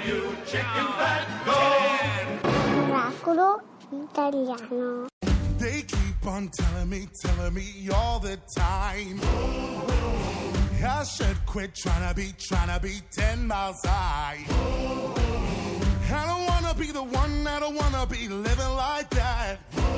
you chicken fat, go! Oracolo italiano. They keep on telling me all the time I should quit trying to be 10 miles high. I don't wanna be the one, I don't wanna be living like that.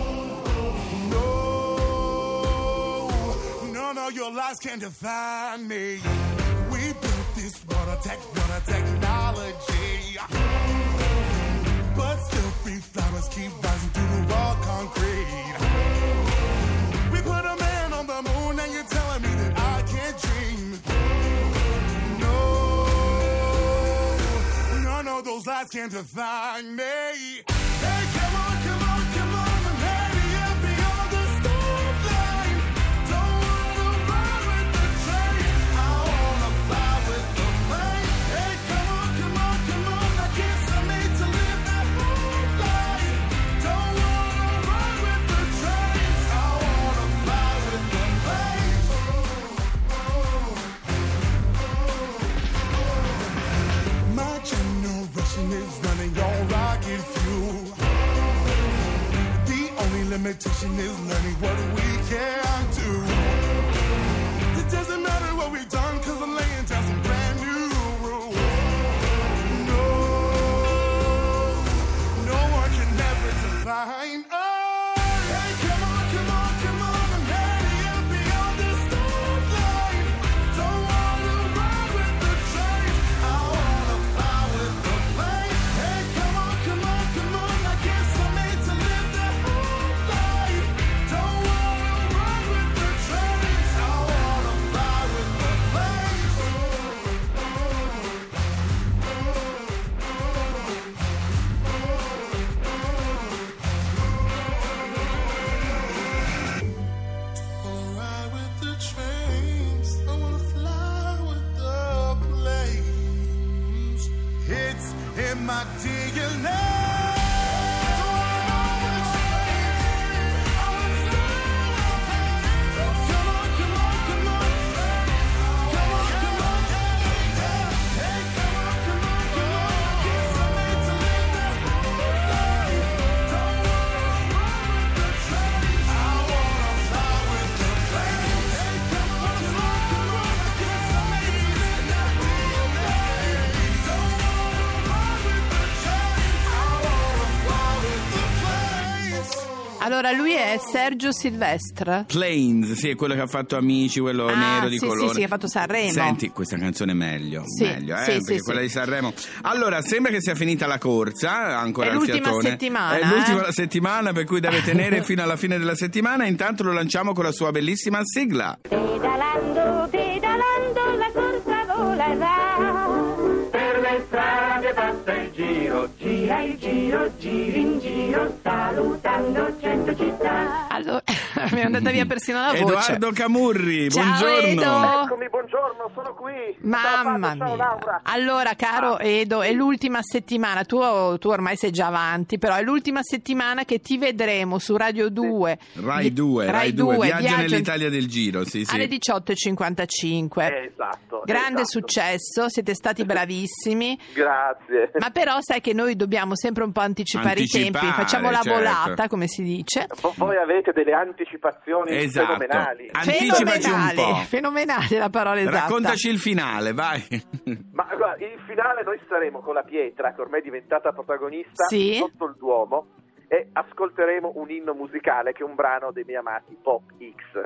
No, your lies can't define me. We built this water technology, but still free flowers keep rising through the raw concrete. We put a man on the moon and you're telling me that I can't dream. No, those lies can't define me. Hey, come on, and hurry up beyond the stop line. Don't wanna ride with the train, I wanna fly with the plane. Hey, come on, I guess I'm made to live that life. Don't wanna ride with the train, I wanna fly with the plane. My generation is running on rocket fuel. The only limitation is learning what we can do. It doesn't matter what we've done, cause I'm laying down some brand new rules. No one can ever define us. Hey, come on, and hurry up beyond the stop line. Don't wanna ride with the train, I wanna fly with the plane. Hey, come on, I guess I'm made to live that life. Don't wanna ride with the train, I wanna fly with the plane. Wanna ride with the trains, I wanna fly with the planes. It's in my DNA. Allora, lui è Sergio Silvestre. Plains, sì, è quello che ha fatto Amici, quello nero di colore. Sì, che ha fatto Sanremo. Senti, questa canzone è meglio, Sì, perché quella di Sanremo. Allora, sembra che sia finita la corsa, ancora È il l'ultima fiatone. settimana, È l'ultima settimana, per cui deve tenere fino alla fine della settimana. Intanto lo lanciamo con la sua bellissima sigla. Pedalando, la corsa volerà. Per le strade passa il giro, gira il giro, giri in giro, salutando 100 città. Allora, mi è andata via persino la voce. Edoardo Camurri, Ciao, buongiorno. Edo. Eccomi, buongiorno, sono qui. Mamma Ciao, mia. Laura. Allora, caro Edo, è l'ultima settimana. Tu ormai sei già avanti, però è l'ultima settimana che ti vedremo su Radio 2. Rai 2, Viaggio nell'Italia del Giro, sì. Alle 18:55. Esatto. Grande successo, siete stati bravissimi. Grazie. Ma però sai che noi dobbiamo sempre un po' anticipare i tempi, facciamo la certo. volata, come si dice. Voi avete delle anticipazioni fenomenali. Anticipaci un po'. Fenomenale la parola esatta. Raccontaci il finale, vai. Ma guarda, in finale noi staremo con la Pietra, che ormai è diventata protagonista, Sì. sotto il Duomo, e ascolteremo un inno musicale che è un brano dei miei amati Pop X,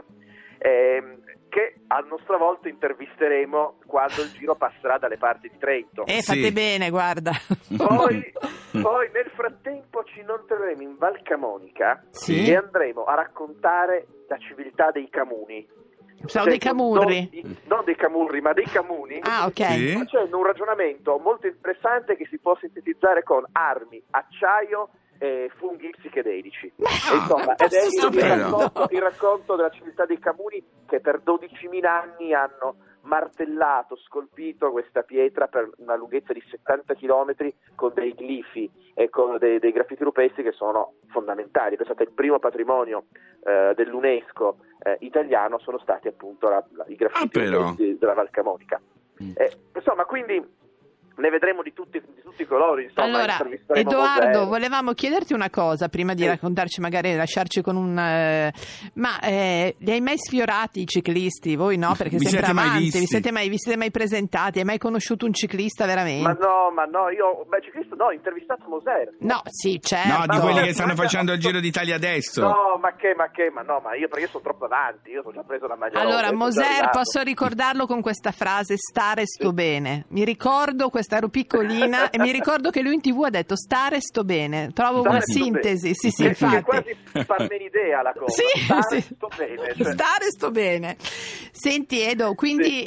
che a nostra volta intervisteremo quando il giro passerà dalle parti di Trento. Fate bene, guarda. Poi nel frattempo ci inoltreremo in Val Camonica Sì. e andremo a raccontare la civiltà dei Camuni. Sono dei camurri. Non dei camurri, ma dei Camuni. Ah, ok. Sì. Facendo un ragionamento molto interessante che si può sintetizzare con armi, acciaio e funghi psichedelici. Insomma, ed è il racconto della civiltà dei Camuni, che per 12.000 anni hanno martellato, scolpito questa pietra per una lunghezza di 70 chilometri con dei glifi e con dei graffiti rupestri che sono fondamentali. Pensate, il primo patrimonio dell'UNESCO italiano sono stati appunto i graffiti rupestri della Val Camonica. Insomma, quindi ne vedremo di tutti i colori, insomma. Allora, intervisteremo Edoardo, Moser. volevamo chiederti una cosa prima di raccontarci, magari lasciarci con un... li hai mai sfiorati i ciclisti? Voi no, perché Vi sempre siete mai avanti, visti? vi siete mai presentati? Hai mai conosciuto un ciclista veramente? Ma no, io ciclista no, ho intervistato Moser. No, sì, certo. No, di quelli che stanno facendo il Giro d'Italia adesso. No, ma io sono troppo avanti, io sono già preso la maglia. Allora, rosa, io sono già Moser, arrivato. posso ricordarlo con questa frase: stare sto bene. Mi ricordo, questa ero piccolina e mi ricordo che lui in TV ha detto stare sto bene. Trovo Stare una sto sintesi, bene. sì, È infatti. quasi farmi un'idea la cosa. Sì, Stare sì. sto bene. Cioè. Stare sto bene. Senti Edo, quindi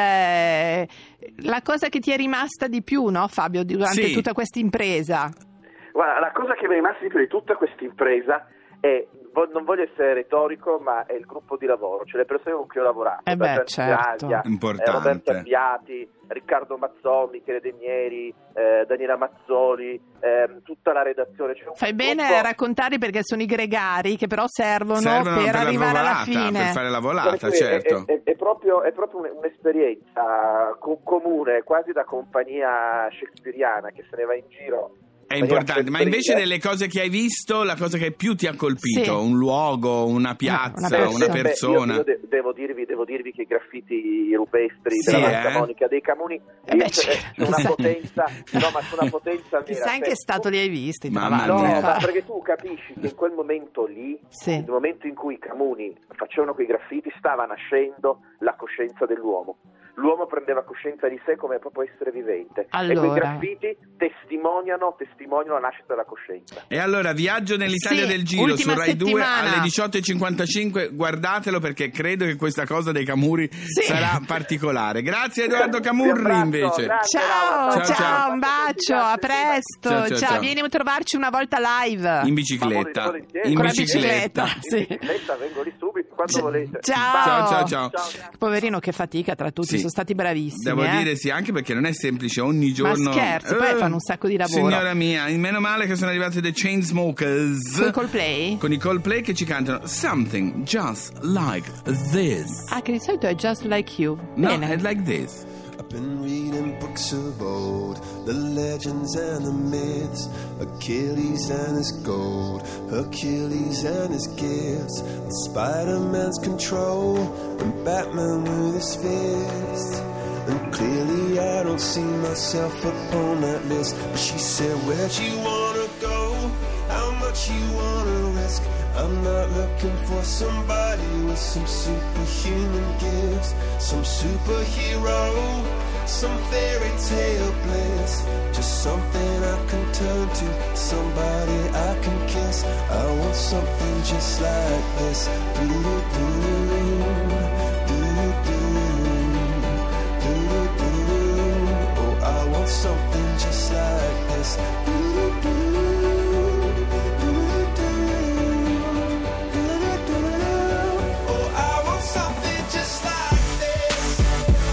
la cosa che ti è rimasta di più, no, Fabio, durante Sì. tutta questa impresa? Guarda, la cosa che mi è rimasta di più di tutta questa impresa è, non voglio essere retorico, ma è il gruppo di lavoro, cioè le persone con cui ho lavorato. Roberto certo. Miraglia, Importante. Roberto Abbiati, Riccardo Mazzoni, Michele Denieri, Daniela Mazzoli, tutta la redazione. Cioè, Fai bene a raccontare, perché sono i gregari che però servono Servono per la arrivare alla volata, fine. per fare la volata, Per cui certo. È proprio un'esperienza comune, quasi da compagnia shakespeariana che se ne va in giro. È importante, ma invece delle cose che hai visto, la cosa che più ti ha colpito, Sì. un luogo, una piazza, una persona. Io devo dirvi che i graffiti rupestri Sì, della Santa Monica dei Comuni c'è una certo. potenza, no, ma c'è una potenza vera. Chissà in che stato li hai visti, tra Mamma l'altro. mia. No, ma perché tu capisci che in quel momento lì, Sì. nel momento in cui i Comuni facevano quei graffiti, stava nascendo la coscienza dell'uomo. L'uomo prendeva coscienza di sé come proprio essere vivente. Allora. E quei graffiti testimoniano la nascita della coscienza. E allora, Viaggio nell'Italia Sì, del Giro ultima su Rai 2 settimana. alle 18.55, guardatelo perché credo che questa cosa dei Camurri sarà particolare. Grazie Edoardo Vi Camurri abbraccio, invece. grazie, Ciao, Laura. ciao, un bacio, a presto. Ciao, ciao. Vieni a trovarci una volta live. In bicicletta. Volentieri. In Con la bicicletta. bicicletta. In bicicletta vengo lì subito quando volete. Ciao. Ciao. Poverino, che fatica tra tutti, Sì. sono stati bravissimi. Devo dire sì, anche perché non è semplice ogni giorno. scherzi, poi fanno un sacco di lavoro. Signora mia, meno male che sono arrivati The Chainsmokers. Con i Coldplay? Con i Coldplay che ci cantano Something Just Like This. Ah, che di solito è Just Like You. No, Bene. è like this. I've been reading books of old, the legends and the myths, Achilles and his gold, Hercules and his gifts, and Spider-Man's control, and Batman with his fist. And clearly I don't see myself upon that list. But she said, where'd you wanna go? How much you wanna risk? I'm not looking for somebody with some superhuman gifts, some superhero, some fairy tale bliss. Just something I can turn to, somebody I can kiss. I want something just like this. Oh, I want something just like this. Oh, I want something just like this.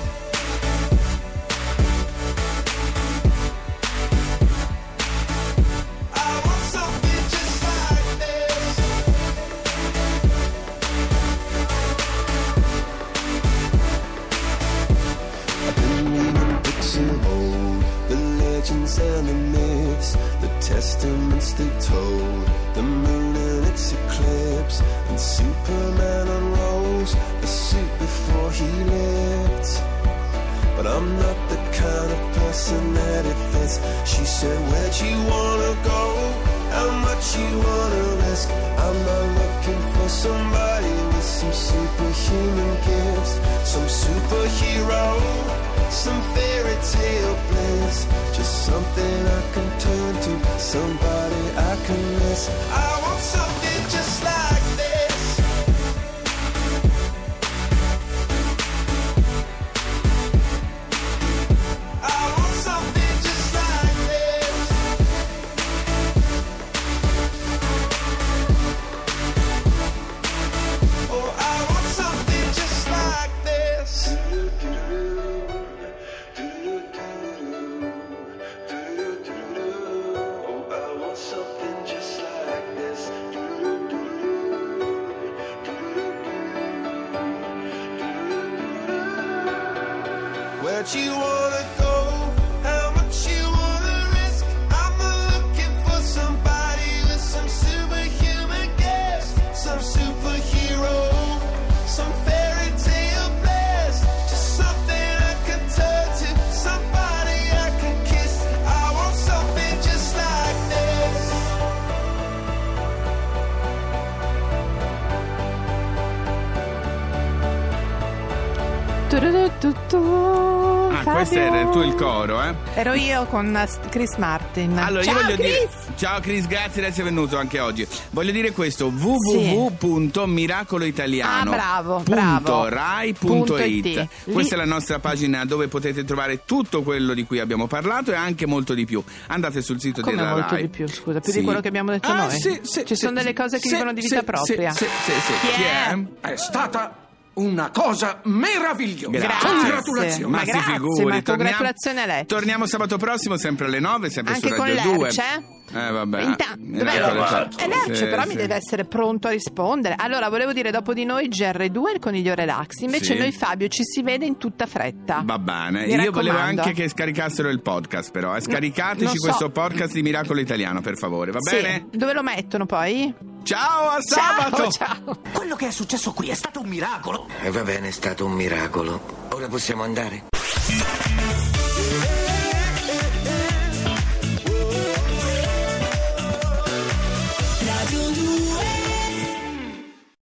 I want something just like this. I've been reading books of old, the legends and the myths, the testaments they told, the moon and its eclipse, and Superman unrolls a suit before he lived. But I'm not the kind of person that it fits. She said, where'd you wanna go? How much you wanna risk? I'm not looking for somebody with some superhuman gifts, some superhero, some fairy tale bliss. Just something I can turn to, somebody I can miss. I want something just like this. I want something just like this. Oh, I want something just like this. Oh, I want something just like this. Where'd you wanna go? How much Questo era tu il coro, eh? Ero io con Chris Martin. Allora, ciao, io voglio Chris! dire ciao Chris, grazie di essere venuto anche oggi. Voglio dire questo: www.miracoloitaliano.rai.it. Questa è la nostra pagina dove potete trovare tutto quello di cui abbiamo parlato e anche molto di più. Andate sul sito Come della molto Rai. di più, scusa, più di quello che abbiamo detto noi. Ci sono delle cose che vivono di vita propria. Chi è? È stata una cosa meravigliosa. Grazie. Congratulazioni. Ma grazie, si figuri. ma congratulazioni a lei. Torniamo sabato prossimo, sempre alle 9, sempre Anche su con Radio 2. l'Erce? Vabbè. Dov'è l'Erce? Però mi deve essere pronto a rispondere. Allora, volevo dire, dopo di noi GR2 il coniglio relax. Invece noi, Fabio, ci si vede in tutta fretta. Va bene. Mi Io raccomando. volevo anche che scaricassero il podcast, però. Scaricateci questo podcast di Miracolo Italiano, per favore, va bene? Dove lo mettono poi? Ciao, a sabato! Ciao. Quello che è successo qui è stato un miracolo. Va bene, è stato un miracolo. Ora possiamo andare?